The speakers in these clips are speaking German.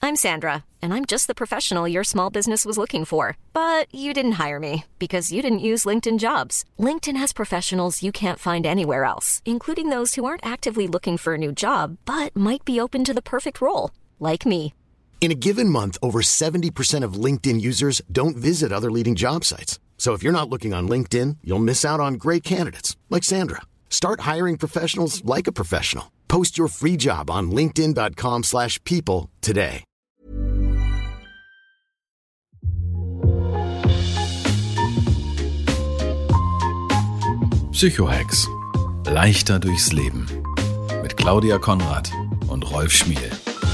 I'm Sandra, and I'm just the professional your small business was looking for. But you didn't hire me because you didn't use LinkedIn Jobs. LinkedIn has professionals you can't find anywhere else, including those who aren't actively looking for a new job, but might be open to the perfect role, like me. In a given month, over 70% of LinkedIn users don't visit other leading job sites. So if you're not looking on LinkedIn, you'll miss out on great candidates like Sandra. Start hiring professionals like a professional. Post your free job on linkedin.com/people today. Psychohex. Leichter durchs Leben. Mit Claudia Konrad und Rolf Schmiel.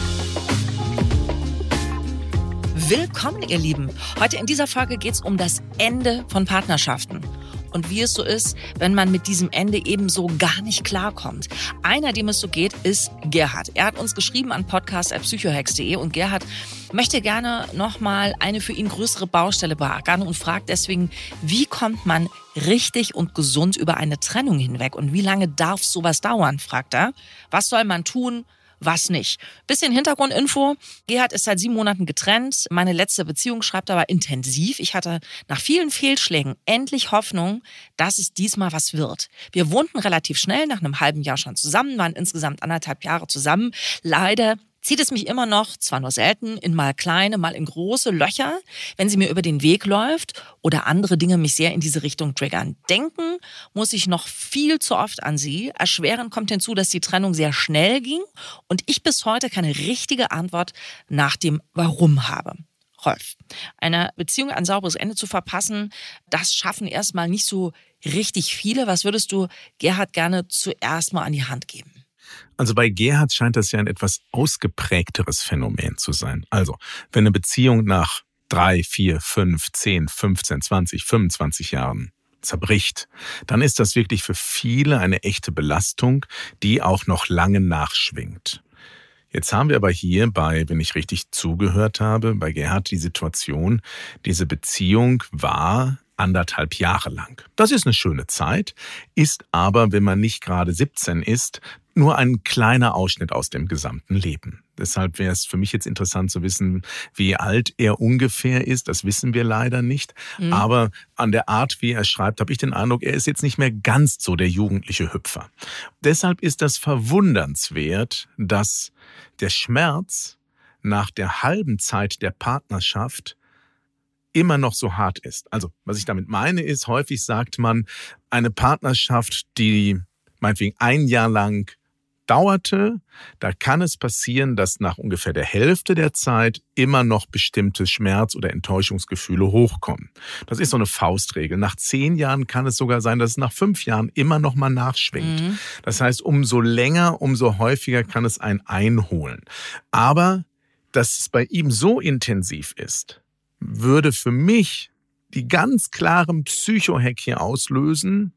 Willkommen, ihr Lieben. Heute in dieser Folge geht es um das Ende von Partnerschaften. Und wie es so ist, wenn man mit diesem Ende eben so gar nicht klarkommt. Einer, dem es so geht, ist Gerhard. Er hat uns geschrieben an podcast@psychohex.de und Gerhard möchte gerne nochmal eine für ihn größere Baustelle beackern und fragt deswegen, wie kommt man richtig und gesund über eine Trennung hinweg und wie lange darf sowas dauern, fragt er. Was soll man tun? Was nicht. Bisschen Hintergrundinfo. Gerhard ist seit 7 Monaten getrennt. Meine letzte Beziehung, schreibt er, war intensiv. Ich hatte nach vielen Fehlschlägen endlich Hoffnung, dass es diesmal was wird. Wir wohnten relativ schnell, nach einem halben Jahr schon zusammen, waren insgesamt 1,5 Jahre zusammen. Leider zieht es mich immer noch, zwar nur selten, in mal kleine, mal in große Löcher, wenn sie mir über den Weg läuft oder andere Dinge mich sehr in diese Richtung triggern. Denken muss ich noch viel zu oft an sie. Erschwerend kommt hinzu, dass die Trennung sehr schnell ging und ich bis heute keine richtige Antwort nach dem Warum habe. Rolf, eine Beziehung ein sauberes Ende zu verpassen, das schaffen erstmal nicht so richtig viele. Was würdest du Gerhard gerne zuerst mal an die Hand geben? Also bei Gerhard scheint das ja ein etwas ausgeprägteres Phänomen zu sein. Also, wenn eine Beziehung nach 3, 4, 5, 10, 15, 20, 25 Jahren zerbricht, dann ist das wirklich für viele eine echte Belastung, die auch noch lange nachschwingt. Jetzt haben wir aber hier wenn ich richtig zugehört habe, bei Gerhard die Situation, diese Beziehung war 1,5 Jahre lang. Das ist eine schöne Zeit, ist aber, wenn man nicht gerade 17 ist, nur ein kleiner Ausschnitt aus dem gesamten Leben. Deshalb wäre es für mich jetzt interessant zu wissen, wie alt er ungefähr ist. Das wissen wir leider nicht. Aber an der Art, wie er schreibt, habe ich den Eindruck, er ist jetzt nicht mehr ganz so der jugendliche Hüpfer. Deshalb ist das verwundernswert, dass der Schmerz nach der halben Zeit der Partnerschaft immer noch so hart ist. Also, was ich damit meine, ist, häufig sagt man, eine Partnerschaft, die meinetwegen 1 Jahr lang dauerte, da kann es passieren, dass nach ungefähr der Hälfte der Zeit immer noch bestimmte Schmerz- oder Enttäuschungsgefühle hochkommen. Das ist so eine Faustregel. Nach 10 Jahren kann es sogar sein, dass es nach 5 Jahren immer noch mal nachschwingt. Das heißt, umso länger, umso häufiger kann es einen einholen. Aber dass es bei ihm so intensiv ist, würde für mich die ganz klaren Psychohack hier auslösen: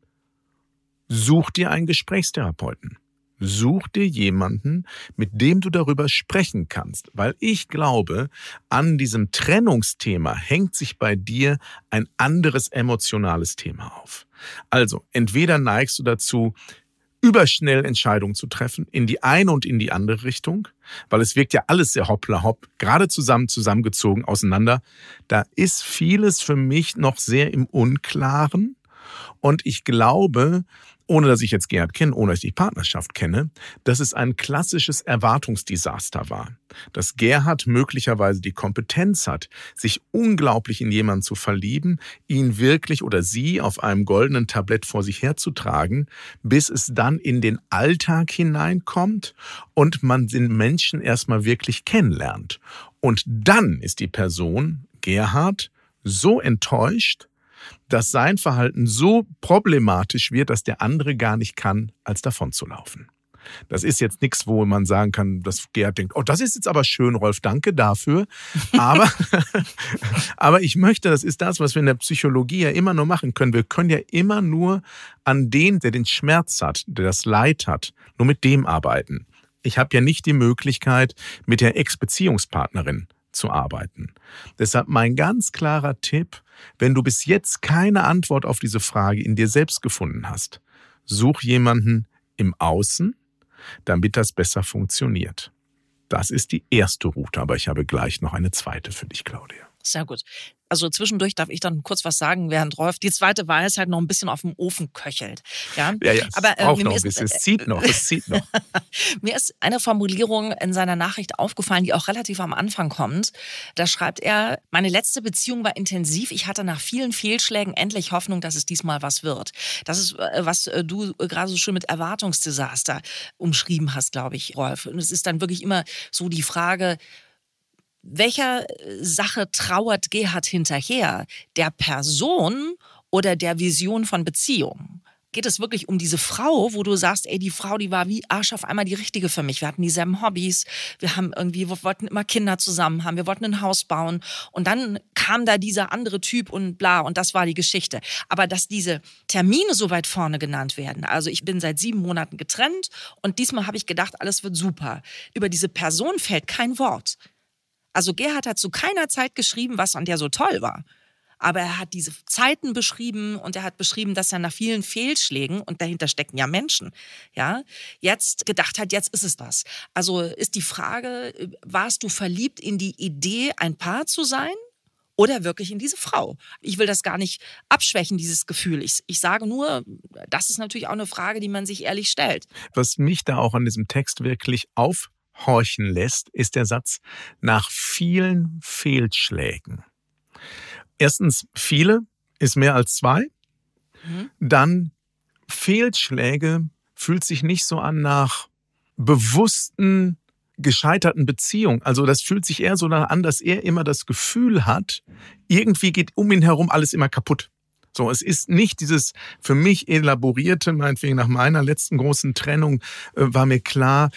Such dir einen Gesprächstherapeuten. Such dir jemanden, mit dem du darüber sprechen kannst. Weil ich glaube, an diesem Trennungsthema hängt sich bei dir ein anderes emotionales Thema auf. Also, entweder neigst du dazu, überschnell Entscheidungen zu treffen, in die eine und in die andere Richtung, weil es wirkt ja alles sehr hoppla hopp, gerade zusammengezogen, auseinander. Da ist vieles für mich noch sehr im Unklaren und ich glaube, ohne dass ich jetzt Gerhard kenne, ohne dass ich die Partnerschaft kenne, dass es ein klassisches Erwartungsdesaster war. Dass Gerhard möglicherweise die Kompetenz hat, sich unglaublich in jemanden zu verlieben, ihn wirklich oder sie auf einem goldenen Tablett vor sich herzutragen, bis es dann in den Alltag hineinkommt und man den Menschen erstmal wirklich kennenlernt. Und dann ist die Person, Gerhard, so enttäuscht, dass sein Verhalten so problematisch wird, dass der andere gar nicht kann, als davon zu laufen. Das ist jetzt nichts, wo man sagen kann, dass Gerhard denkt, oh, das ist jetzt aber schön, Rolf, danke dafür. Aber ich möchte, das ist das, was wir in der Psychologie ja immer nur machen können. Wir können ja immer nur an den, der den Schmerz hat, der das Leid hat, nur mit dem arbeiten. Ich habe ja nicht die Möglichkeit, mit der Ex-Beziehungspartnerin zu arbeiten. Deshalb mein ganz klarer Tipp, wenn du bis jetzt keine Antwort auf diese Frage in dir selbst gefunden hast, such jemanden im Außen, damit das besser funktioniert. Das ist die erste Route, aber ich habe gleich noch eine zweite für dich, Claudia. Sehr gut. Also zwischendurch darf ich dann kurz was sagen, während Rolf die zweite Weisheit noch ein bisschen auf dem Ofen köchelt. Ja, es aber braucht noch ein bisschen. Es zieht noch. Mir ist eine Formulierung in seiner Nachricht aufgefallen, die auch relativ am Anfang kommt. Da schreibt er, meine letzte Beziehung war intensiv. Ich hatte nach vielen Fehlschlägen endlich Hoffnung, dass es diesmal was wird. Das ist, was du gerade so schön mit Erwartungsdesaster umschrieben hast, glaube ich, Rolf. Und es ist dann wirklich immer so die Frage, welcher Sache trauert Gerhard hinterher? Der Person oder der Vision von Beziehung? Geht es wirklich um diese Frau, wo du sagst, ey, die Frau, die war wie Arsch auf einmal die richtige für mich. Wir hatten dieselben Hobbys, wir wollten immer Kinder zusammen haben, wir wollten ein Haus bauen und dann kam da dieser andere Typ und bla und das war die Geschichte. Aber dass diese Termine so weit vorne genannt werden, also ich bin seit 7 Monaten getrennt und diesmal habe ich gedacht, alles wird super. Über diese Person fällt kein Wort. Also Gerhard hat zu keiner Zeit geschrieben, was an der so toll war. Aber er hat diese Zeiten beschrieben und er hat beschrieben, dass er nach vielen Fehlschlägen, und dahinter stecken ja Menschen, ja, jetzt gedacht hat, jetzt ist es das. Also ist die Frage, warst du verliebt in die Idee, ein Paar zu sein? Oder wirklich in diese Frau? Ich will das gar nicht abschwächen, dieses Gefühl. Ich sage nur, das ist natürlich auch eine Frage, die man sich ehrlich stellt. Was mich da auch an diesem Text wirklich aufhorchen lässt, ist der Satz, nach vielen Fehlschlägen. Erstens, viele ist mehr als 2. Dann Fehlschläge fühlt sich nicht so an nach bewussten, gescheiterten Beziehungen. Also das fühlt sich eher so an, dass er immer das Gefühl hat, irgendwie geht um ihn herum alles immer kaputt. So, es ist nicht dieses für mich elaborierte, meinetwegen nach meiner letzten großen Trennung war mir klar,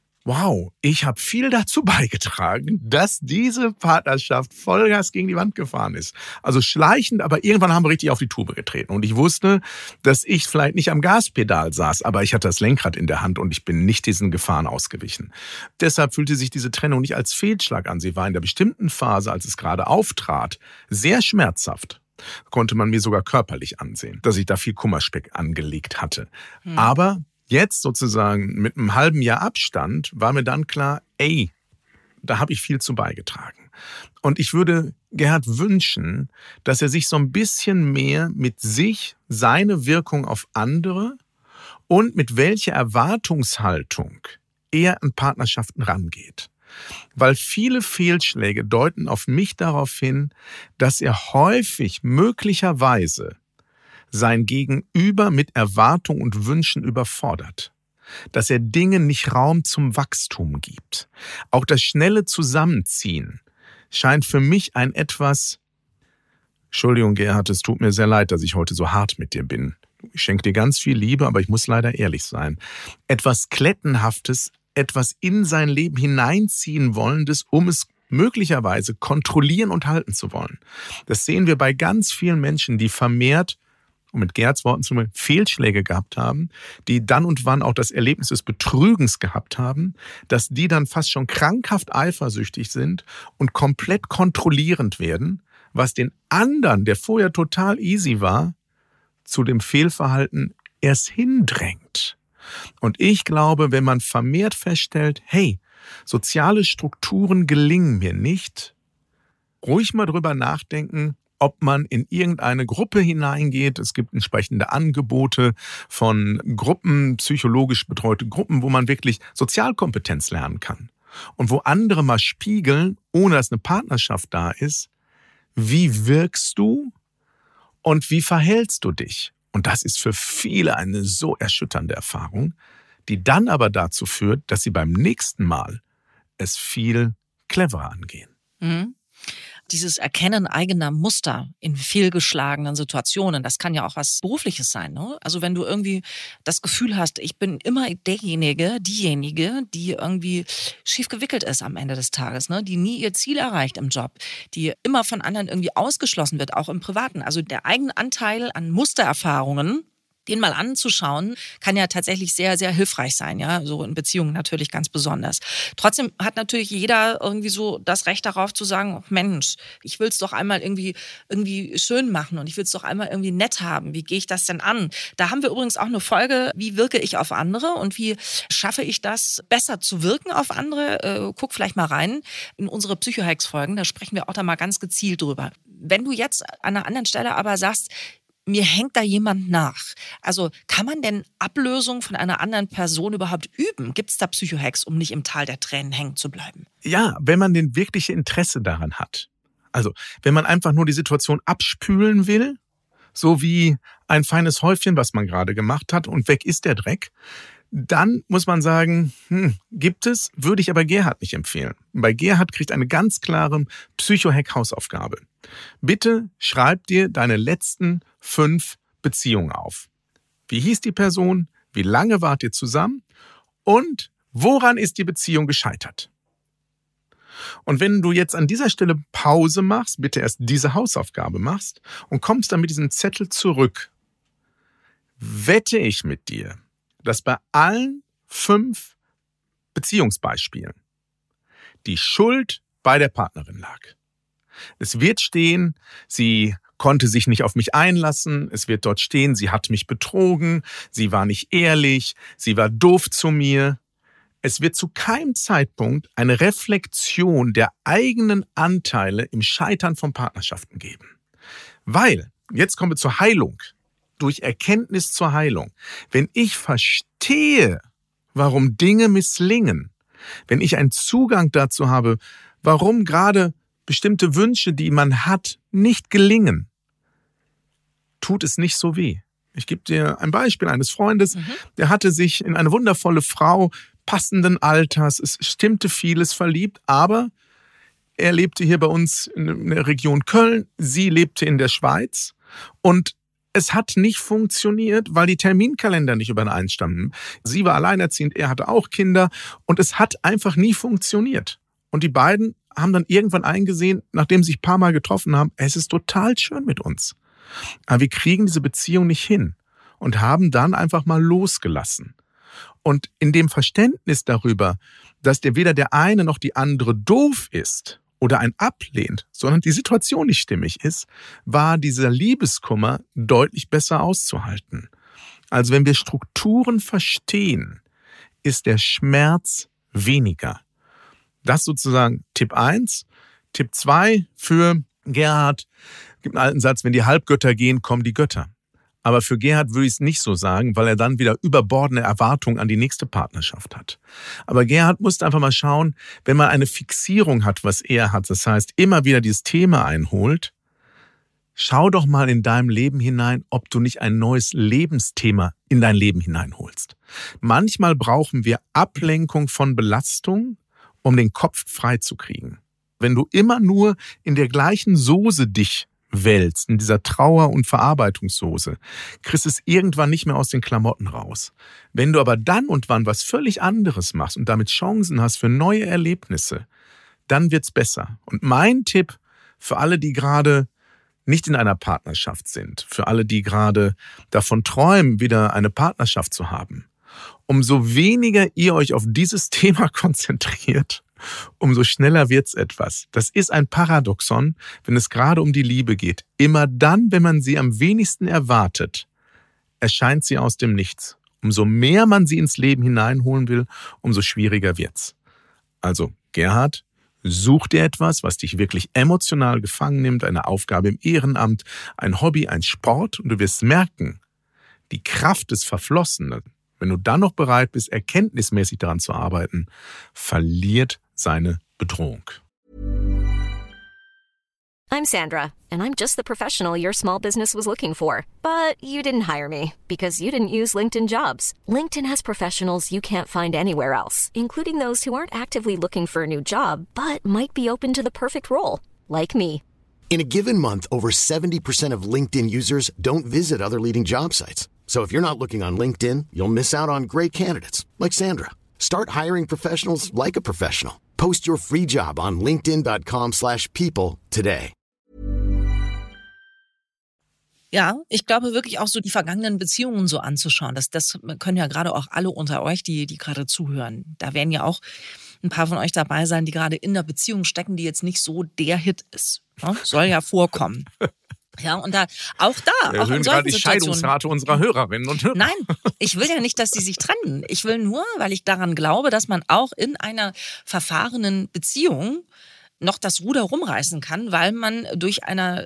wow, ich habe viel dazu beigetragen, dass diese Partnerschaft Vollgas gegen die Wand gefahren ist. Also schleichend, aber irgendwann haben wir richtig auf die Tube getreten. Und ich wusste, dass ich vielleicht nicht am Gaspedal saß, aber ich hatte das Lenkrad in der Hand und ich bin nicht diesen Gefahren ausgewichen. Deshalb fühlte sich diese Trennung nicht als Fehlschlag an. Sie war in der bestimmten Phase, als es gerade auftrat, sehr schmerzhaft. Konnte man mir sogar körperlich ansehen, dass ich da viel Kummerspeck angelegt hatte. Aber jetzt sozusagen mit einem halben Jahr Abstand war mir dann klar, ey, da habe ich viel zu beigetragen. Und ich würde Gerhard wünschen, dass er sich so ein bisschen mehr mit sich, seine Wirkung auf andere und mit welcher Erwartungshaltung er an Partnerschaften rangeht. Weil viele Fehlschläge deuten auf mich darauf hin, dass er häufig möglicherweise sein Gegenüber mit Erwartungen und Wünschen überfordert. Dass er Dingen nicht Raum zum Wachstum gibt. Auch das schnelle Zusammenziehen scheint für mich ein etwas, Entschuldigung Gerhard, es tut mir sehr leid, dass ich heute so hart mit dir bin. Ich schenke dir ganz viel Liebe, aber ich muss leider ehrlich sein. Etwas Klettenhaftes, etwas in sein Leben hineinziehen wollendes, um es möglicherweise kontrollieren und halten zu wollen. Das sehen wir bei ganz vielen Menschen, die vermehrt, um mit Gerhards Worten zu sagen, Fehlschläge gehabt haben, die dann und wann auch das Erlebnis des Betrügens gehabt haben, dass die dann fast schon krankhaft eifersüchtig sind und komplett kontrollierend werden, was den anderen, der vorher total easy war, zu dem Fehlverhalten erst hindrängt. Und ich glaube, wenn man vermehrt feststellt, hey, soziale Strukturen gelingen mir nicht, ruhig mal drüber nachdenken, ob man in irgendeine Gruppe hineingeht. Es gibt entsprechende Angebote von Gruppen, psychologisch betreute Gruppen, wo man wirklich Sozialkompetenz lernen kann. Und wo andere mal spiegeln, ohne dass eine Partnerschaft da ist, wie wirkst du und wie verhältst du dich? Und das ist für viele eine so erschütternde Erfahrung, die dann aber dazu führt, dass sie beim nächsten Mal es viel cleverer angehen. Mhm. Dieses Erkennen eigener Muster in fehlgeschlagenen Situationen, das kann ja auch was Berufliches sein, ne? Also wenn du irgendwie das Gefühl hast, ich bin immer diejenige, die irgendwie schief gewickelt ist am Ende des Tages, ne? Die nie ihr Ziel erreicht im Job, die immer von anderen irgendwie ausgeschlossen wird, auch im Privaten. Also der eigene Anteil an Mustererfahrungen, Den mal anzuschauen, kann ja tatsächlich sehr, sehr hilfreich sein, ja, so in Beziehungen natürlich ganz besonders. Trotzdem hat natürlich jeder irgendwie so das Recht darauf zu sagen, Mensch, ich will es doch einmal irgendwie schön machen und ich will es doch einmal irgendwie nett haben. Wie gehe ich das denn an? Da haben wir übrigens auch eine Folge, wie wirke ich auf andere und wie schaffe ich das, besser zu wirken auf andere? Guck vielleicht mal rein in unsere Psycho-Hacks-Folgen, da sprechen wir auch da mal ganz gezielt drüber. Wenn du jetzt an einer anderen Stelle aber sagst, mir hängt da jemand nach. Also kann man denn Ablösung von einer anderen Person überhaupt üben? Gibt es da Psycho-Hacks, um nicht im Tal der Tränen hängen zu bleiben? Ja, wenn man den wirkliche Interesse daran hat. Also wenn man einfach nur die Situation abspülen will, so wie ein feines Häufchen, was man gerade gemacht hat und weg ist der Dreck, dann muss man sagen, gibt es, würde ich aber Gerhard nicht empfehlen. Bei Gerhard kriegt eine ganz klare Psycho-Hack-Hausaufgabe. Bitte schreib dir deine letzten 5 Beziehungen auf. Wie hieß die Person? Wie lange wart ihr zusammen? Und woran ist die Beziehung gescheitert? Und wenn du jetzt an dieser Stelle Pause machst, bitte erst diese Hausaufgabe machst und kommst dann mit diesem Zettel zurück, wette ich mit dir, dass bei allen 5 Beziehungsbeispielen die Schuld bei der Partnerin lag. Es wird stehen, sie konnte sich nicht auf mich einlassen. Es wird dort stehen, sie hat mich betrogen, sie war nicht ehrlich, sie war doof zu mir. Es wird zu keinem Zeitpunkt eine Reflexion der eigenen Anteile im Scheitern von Partnerschaften geben. Weil, jetzt kommen wir zur Heilung, durch Erkenntnis zur Heilung. Wenn ich verstehe, warum Dinge misslingen, wenn ich einen Zugang dazu habe, warum gerade bestimmte Wünsche, die man hat, nicht gelingen, tut es nicht so weh. Ich gebe dir ein Beispiel eines Freundes, der hatte sich in eine wundervolle Frau passenden Alters, es stimmte vieles, verliebt, aber er lebte hier bei uns in der Region Köln, sie lebte in der Schweiz und es hat nicht funktioniert, weil die Terminkalender nicht übereinstimmten. Sie war alleinerziehend, er hatte auch Kinder und es hat einfach nie funktioniert. Und die beiden haben dann irgendwann eingesehen, nachdem sie sich ein paar Mal getroffen haben, es ist total schön mit uns. Aber wir kriegen diese Beziehung nicht hin und haben dann einfach mal losgelassen. Und in dem Verständnis darüber, dass weder der eine noch die andere doof ist oder einen ablehnt, sondern die Situation nicht stimmig ist, war dieser Liebeskummer deutlich besser auszuhalten. Also wenn wir Strukturen verstehen, ist der Schmerz weniger. Das sozusagen Tipp 1. Tipp 2 für Gerhard, gibt einen alten Satz, wenn die Halbgötter gehen, kommen die Götter. Aber für Gerhard würde ich es nicht so sagen, weil er dann wieder überbordende Erwartungen an die nächste Partnerschaft hat. Aber Gerhard musste einfach mal schauen, wenn man eine Fixierung hat, was er hat, das heißt immer wieder dieses Thema einholt, schau doch mal in deinem Leben hinein, ob du nicht ein neues Lebensthema in dein Leben hineinholst. Manchmal brauchen wir Ablenkung von Belastung, um den Kopf frei zu kriegen. Wenn du immer nur in der gleichen Soße dich wälzt, in dieser Trauer- und Verarbeitungssoße, kriegst es irgendwann nicht mehr aus den Klamotten raus. Wenn du aber dann und wann was völlig anderes machst und damit Chancen hast für neue Erlebnisse, dann wird's besser. Und mein Tipp für alle, die gerade nicht in einer Partnerschaft sind, für alle, die gerade davon träumen, wieder eine Partnerschaft zu haben, umso weniger ihr euch auf dieses Thema konzentriert, umso schneller wird's etwas. Das ist ein Paradoxon, wenn es gerade um die Liebe geht. Immer dann, wenn man sie am wenigsten erwartet, erscheint sie aus dem Nichts. Umso mehr man sie ins Leben hineinholen will, umso schwieriger wird's. Also, Gerhard, such dir etwas, was dich wirklich emotional gefangen nimmt, eine Aufgabe im Ehrenamt, ein Hobby, ein Sport, und du wirst merken, die Kraft des Verflossenen, wenn du dann noch bereit bist, erkenntnismäßig daran zu arbeiten, verliert seine Bedrohung. I'm Sandra, and I'm just the professional your small business was looking for. But you didn't hire me because you didn't use LinkedIn Jobs. LinkedIn has professionals you can't find anywhere else, including those who aren't actively looking for a new job, but might be open to the perfect role, like me. In a given month, over 70% of LinkedIn users don't visit other leading job sites. So if you're not looking on LinkedIn, you'll miss out on great candidates like Sandra. Start hiring professionals like a professional. Post your free job on linkedin.com/people today. Ja, ich glaube wirklich auch so die vergangenen Beziehungen so anzuschauen. Das können ja gerade auch alle unter euch, die gerade zuhören. Da werden ja auch ein paar von euch dabei sein, die gerade in der Beziehung stecken, die jetzt nicht so der Hit ist. Ne? Soll ja vorkommen. Ja, und da, auch Wir in erhöhen solchen gerade die Situationen. Scheidungsrate unserer Hörerinnen und Hörer. Nein, ich will ja nicht, dass die sich trennen. Ich will nur, weil ich daran glaube, dass man auch in einer verfahrenen Beziehung noch das Ruder rumreißen kann, weil man durch eine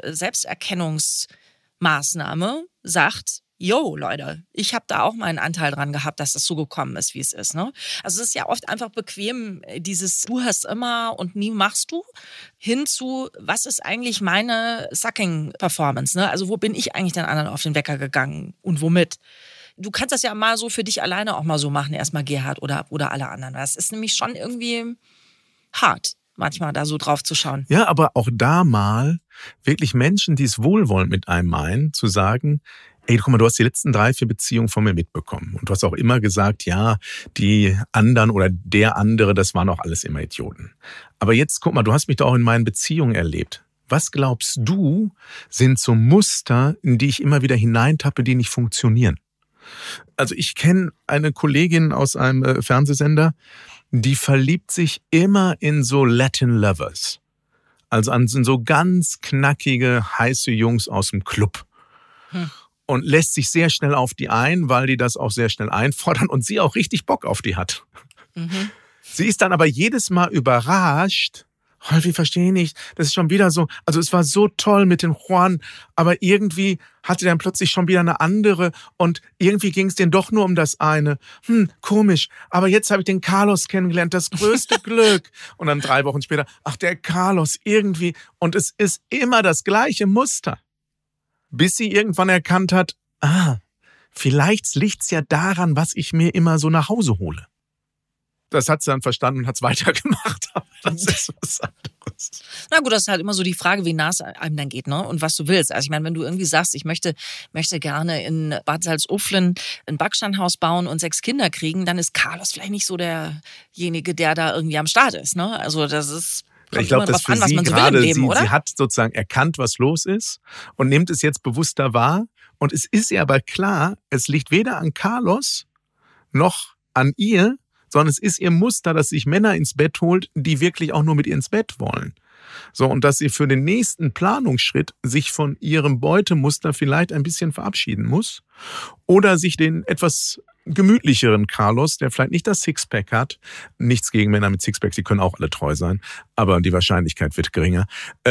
Selbsterkennungsmaßnahme sagt, yo, Leute, ich habe da auch meinen Anteil dran gehabt, dass das so gekommen ist, wie es ist. Ne? Also es ist ja oft einfach bequem, dieses du hast immer und nie machst du, hin zu, was ist eigentlich meine Sucking-Performance? Ne? Also wo bin ich eigentlich den anderen auf den Wecker gegangen und womit? Du kannst das ja mal so für dich alleine auch mal so machen, erstmal Gerhard oder alle anderen. Das ist nämlich schon irgendwie hart, manchmal da so drauf zu schauen. Ja, aber auch da mal wirklich Menschen, die es wohlwollend mit einem meinen, zu sagen, ey, guck mal, du hast die letzten 3, 4 Beziehungen von mir mitbekommen. Und du hast auch immer gesagt, ja, die anderen oder der andere, das waren auch alles immer Idioten. Aber jetzt, guck mal, du hast mich doch auch in meinen Beziehungen erlebt. Was glaubst du, sind so Muster, in die ich immer wieder hineintappe, die nicht funktionieren? Also ich kenne eine Kollegin aus einem Fernsehsender, die verliebt sich immer in so Latin Lovers. Also an so ganz knackige, heiße Jungs aus dem Club. Und lässt sich sehr schnell auf die ein, weil die das auch sehr schnell einfordern und sie auch richtig Bock auf die hat. Mhm. Sie ist dann aber jedes Mal überrascht. Ich verstehe nicht, das ist schon wieder so, also es war so toll mit den Juan, aber irgendwie hatte dann plötzlich schon wieder eine andere und irgendwie ging es denen doch nur um das eine. Komisch, aber jetzt habe ich den Carlos kennengelernt, das größte Glück. Und dann 3 Wochen später, ach der Carlos, irgendwie. Und es ist immer das gleiche Muster. Bis sie irgendwann erkannt hat, vielleicht liegt's ja daran, was ich mir immer so nach Hause hole. Das hat sie dann verstanden und hat's weitergemacht. Aber das ist was anderes. Na gut, das ist halt immer so die Frage, wie nah es einem dann geht, ne? Und was du willst. Also ich meine, wenn du irgendwie sagst, ich möchte gerne in Bad Salzuflen ein Backsteinhaus bauen und 6 Kinder kriegen, dann ist Carlos vielleicht nicht so derjenige, der da irgendwie am Start ist, ne? Also das ist... Ich glaube, dass für sie gerade, sie hat sozusagen erkannt, was los ist und nimmt es jetzt bewusster wahr. Und es ist ihr aber klar, es liegt weder an Carlos noch an ihr, sondern es ist ihr Muster, dass sich Männer ins Bett holt, die wirklich auch nur mit ihr ins Bett wollen. So, und dass sie für den nächsten Planungsschritt sich von ihrem Beutemuster vielleicht ein bisschen verabschieden muss oder sich den etwas gemütlicheren Carlos, der vielleicht nicht das Sixpack hat, nichts gegen Männer mit Sixpack, sie können auch alle treu sein, aber die Wahrscheinlichkeit wird geringer,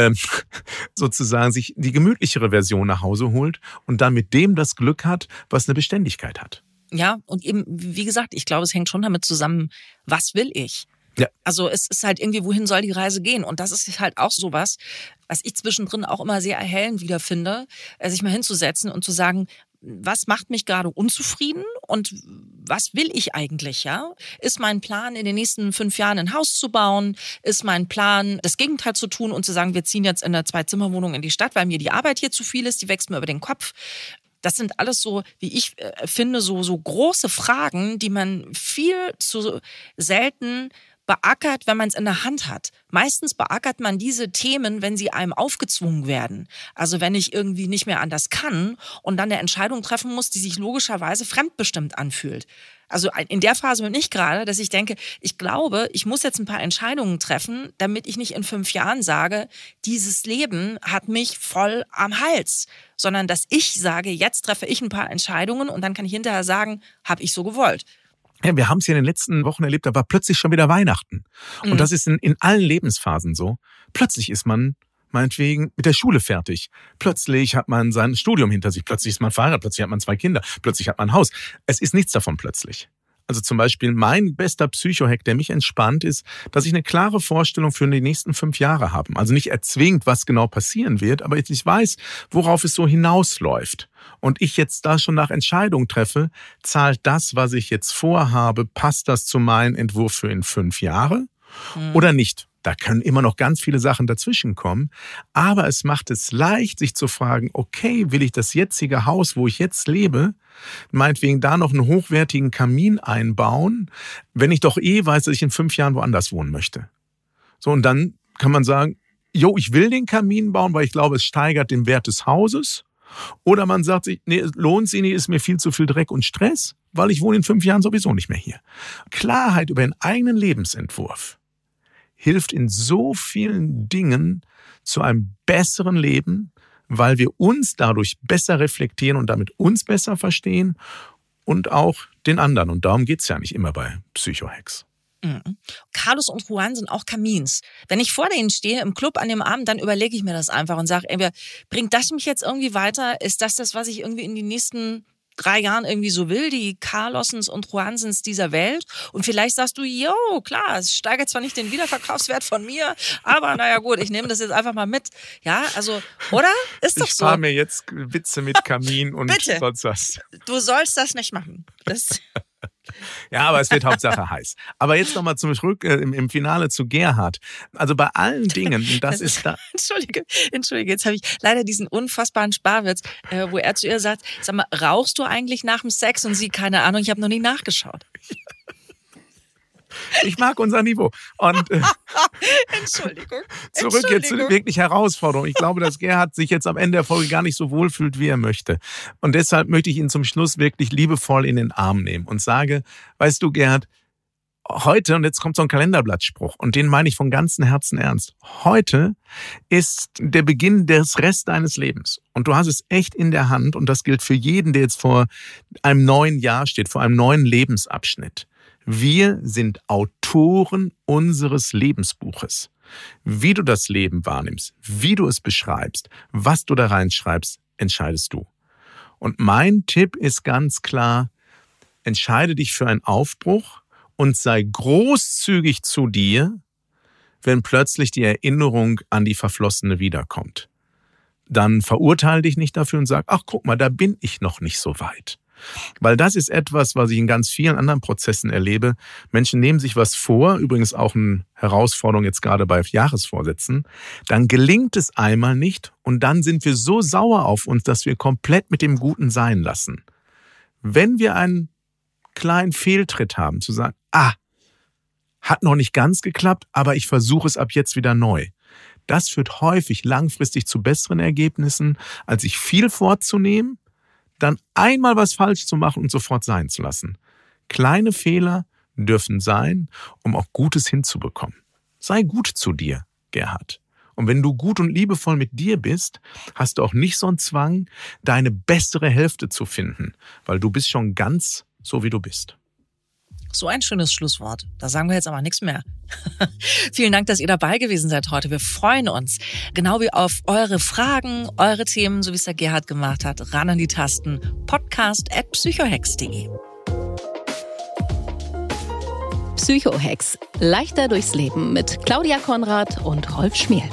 sozusagen sich die gemütlichere Version nach Hause holt und dann mit dem das Glück hat, was eine Beständigkeit hat. Ja, und eben, wie gesagt, ich glaube, es hängt schon damit zusammen, was will ich? Ja. Also es ist halt irgendwie, wohin soll die Reise gehen? Und das ist halt auch sowas, was ich zwischendrin auch immer sehr erhellend wiederfinde, sich mal hinzusetzen und zu sagen, was macht mich gerade unzufrieden und was will ich eigentlich, ja? Ist mein Plan, in den nächsten 5 Jahren ein Haus zu bauen? Ist mein Plan, das Gegenteil zu tun und zu sagen, wir ziehen jetzt in einer 2-Zimmer-Wohnung in die Stadt, weil mir die Arbeit hier zu viel ist, die wächst mir über den Kopf. Das sind alles so, wie ich finde, so große Fragen, die man viel zu selten beackert, wenn man es in der Hand hat. Meistens beackert man diese Themen, wenn sie einem aufgezwungen werden. Also wenn ich irgendwie nicht mehr anders kann und dann eine Entscheidung treffen muss, die sich logischerweise fremdbestimmt anfühlt. Also in der Phase bin ich gerade, dass ich denke, ich glaube, ich muss jetzt ein paar Entscheidungen treffen, damit ich nicht in 5 Jahren sage, dieses Leben hat mich voll am Hals. Sondern dass ich sage, jetzt treffe ich ein paar Entscheidungen und dann kann ich hinterher sagen, habe ich so gewollt. Ja, wir haben es ja in den letzten Wochen erlebt, da war plötzlich schon wieder Weihnachten. Und das ist in allen Lebensphasen so. Plötzlich ist man meinetwegen mit der Schule fertig. Plötzlich hat man sein Studium hinter sich. Plötzlich ist man verheiratet. Plötzlich hat man 2 Kinder. Plötzlich hat man ein Haus. Es ist nichts davon plötzlich. Also zum Beispiel mein bester Psychohack, der mich entspannt, ist, dass ich eine klare Vorstellung für die nächsten 5 Jahre habe. Also nicht erzwingt, was genau passieren wird, aber ich weiß, worauf es so hinausläuft. Und ich jetzt da schon nach Entscheidung treffe, zahlt das, was ich jetzt vorhabe, passt das zu meinem Entwurf für in 5 Jahre oder nicht? Da können immer noch ganz viele Sachen dazwischen kommen. Aber es macht es leicht, sich zu fragen, okay, will ich das jetzige Haus, wo ich jetzt lebe, meinetwegen da noch einen hochwertigen Kamin einbauen, wenn ich doch weiß, dass ich in 5 Jahren woanders wohnen möchte. So, und dann kann man sagen, ich will den Kamin bauen, weil ich glaube, es steigert den Wert des Hauses. Oder man sagt sich, nee, lohnt sich nicht, ist mir viel zu viel Dreck und Stress, weil ich wohne in 5 Jahren sowieso nicht mehr hier. Klarheit über den eigenen Lebensentwurf hilft in so vielen Dingen zu einem besseren Leben, weil wir uns dadurch besser reflektieren und damit uns besser verstehen und auch den anderen. Und darum geht's ja nicht immer bei Psycho-Hacks. Carlos und Juan sind auch Kamins. Wenn ich vor denen stehe im Club an dem Abend, dann überlege ich mir das einfach und sage, bringt das mich jetzt irgendwie weiter? Ist das, was ich irgendwie in den nächsten 3 Jahren irgendwie so will, die Carlosens und Juansens dieser Welt? Und vielleicht sagst du, klar, es steigert zwar nicht den Wiederverkaufswert von mir, aber naja gut, ich nehme das jetzt einfach mal mit. Ja, also, oder? Ist doch so. Ich spare mir jetzt Witze mit Kamin und Bitte. sonst was. Du sollst das nicht machen. Ja, aber es wird Hauptsache heiß. Aber jetzt nochmal zurück im Finale zu Gerhard. Also bei allen Dingen, das ist da... Entschuldige, jetzt habe ich leider diesen unfassbaren Sparwitz, wo er zu ihr sagt, sag mal, rauchst du eigentlich nach dem Sex? Und sie, keine Ahnung, ich habe noch nie nachgeschaut. Ich mag unser Niveau. Und Entschuldigung. Zurück jetzt zu der wirklich Herausforderung. Ich glaube, dass Gerhard sich jetzt am Ende der Folge gar nicht so wohl fühlt, wie er möchte. Und deshalb möchte ich ihn zum Schluss wirklich liebevoll in den Arm nehmen und sage, weißt du, Gerhard, heute, und jetzt kommt so ein Kalenderblattspruch, und den meine ich von ganzem Herzen ernst, heute ist der Beginn des Rest deines Lebens. Und du hast es echt in der Hand, und das gilt für jeden, der jetzt vor einem neuen Jahr steht, vor einem neuen Lebensabschnitt. Wir sind Autoren unseres Lebensbuches. Wie du das Leben wahrnimmst, wie du es beschreibst, was du da reinschreibst, entscheidest du. Und mein Tipp ist ganz klar, entscheide dich für einen Aufbruch und sei großzügig zu dir, wenn plötzlich die Erinnerung an die Verflossene wiederkommt. Dann verurteile dich nicht dafür und sag, ach guck mal, da bin ich noch nicht so weit. Weil das ist etwas, was ich in ganz vielen anderen Prozessen erlebe. Menschen nehmen sich was vor, übrigens auch eine Herausforderung jetzt gerade bei Jahresvorsätzen. Dann gelingt es einmal nicht und dann sind wir so sauer auf uns, dass wir komplett mit dem Guten sein lassen. Wenn wir einen kleinen Fehltritt haben, zu sagen, hat noch nicht ganz geklappt, aber ich versuche es ab jetzt wieder neu. Das führt häufig langfristig zu besseren Ergebnissen, als sich viel vorzunehmen, dann einmal was falsch zu machen und sofort sein zu lassen. Kleine Fehler dürfen sein, um auch Gutes hinzubekommen. Sei gut zu dir, Gerhard. Und wenn du gut und liebevoll mit dir bist, hast du auch nicht so einen Zwang, deine bessere Hälfte zu finden, weil du bist schon ganz so, wie du bist. So ein schönes Schlusswort. Da sagen wir jetzt aber nichts mehr. Vielen Dank, dass ihr dabei gewesen seid heute. Wir freuen uns, genau wie auf eure Fragen, eure Themen, so wie es der Gerhard gemacht hat. Ran an die Tasten podcast@psychohacks.de. Psychohacks. Leichter durchs Leben mit Claudia Konrad und Rolf Schmiel.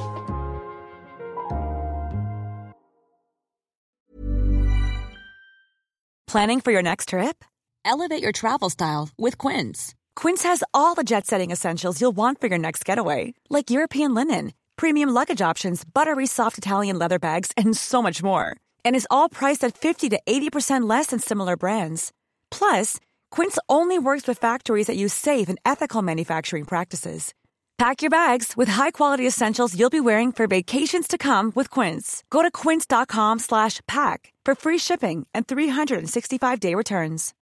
Planning for your next trip? Elevate your travel style with Quince. Quince has all the jet-setting essentials you'll want for your next getaway, like European linen, premium luggage options, buttery soft Italian leather bags, and so much more. And is all priced at 50 to 80% less than similar brands. Plus, Quince only works with factories that use safe and ethical manufacturing practices. Pack your bags with high-quality essentials you'll be wearing for vacations to come with Quince. Go to quince.com/pack for free shipping and 365-day returns.